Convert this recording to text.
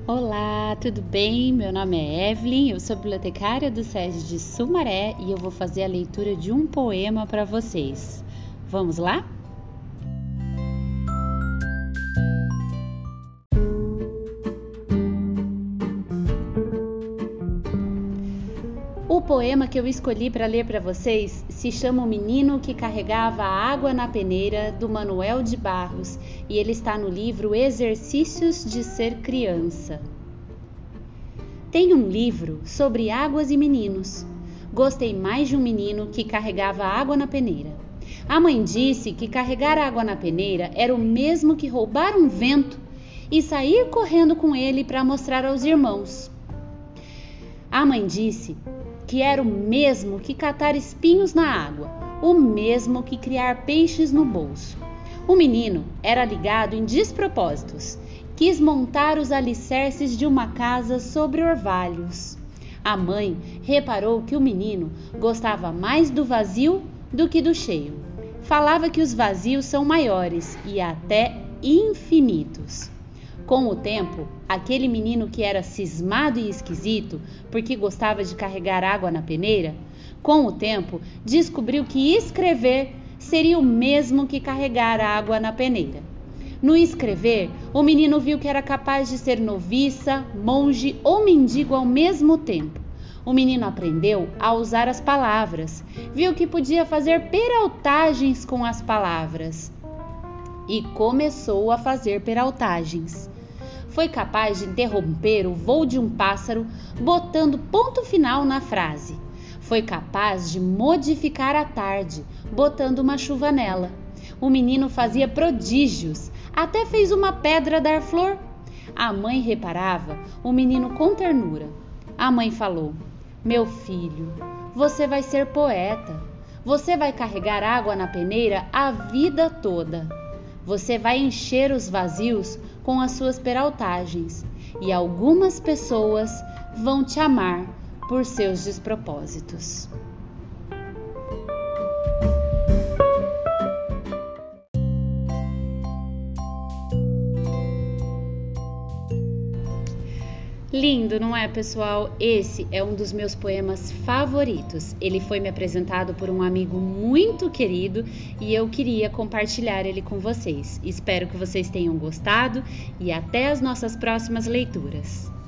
Olá, tudo bem? Meu nome é Evelyn, eu sou bibliotecária do SESI de Sumaré e eu vou fazer a leitura de um poema para vocês. Vamos lá? O poema que eu escolhi para ler para vocês se chama O Menino que Carregava a Água na Peneira, do Manuel de Barros, e ele está no livro Exercícios de Ser Criança. Tem um livro sobre águas e meninos. Gostei mais de um menino que carregava água na peneira. A mãe disse que carregar água na peneira era o mesmo que roubar um vento e sair correndo com ele para mostrar aos irmãos. A mãe disse que era o mesmo que catar espinhos na água, o mesmo que criar peixes no bolso. O menino era ligado em despropósitos. Quis montar os alicerces de uma casa sobre orvalhos. A mãe reparou que o menino gostava mais do vazio do que do cheio. Falava que os vazios são maiores e até infinitos. Com o tempo, aquele menino que era cismado e esquisito, porque gostava de carregar água na peneira, com o tempo descobriu que escrever seria o mesmo que carregar água na peneira. No escrever, o menino viu que era capaz de ser noviça, monge ou mendigo ao mesmo tempo. O menino aprendeu a usar as palavras, viu que podia fazer peraltagens com as palavras e começou a fazer peraltagens. Foi capaz de interromper o voo de um pássaro, botando ponto final na frase. Foi capaz de modificar a tarde, botando uma chuva nela. O menino fazia prodígios, até fez uma pedra dar flor. A mãe reparava o menino com ternura. A mãe falou: "Meu filho, você vai ser poeta. Você vai carregar água na peneira a vida toda. Você vai encher os vazios com as suas peraltagens e algumas pessoas vão te amar por seus despropósitos." Lindo, não é, pessoal? Esse é um dos meus poemas favoritos. Ele foi me apresentado por um amigo muito querido e eu queria compartilhar ele com vocês. Espero que vocês tenham gostado e até as nossas próximas leituras.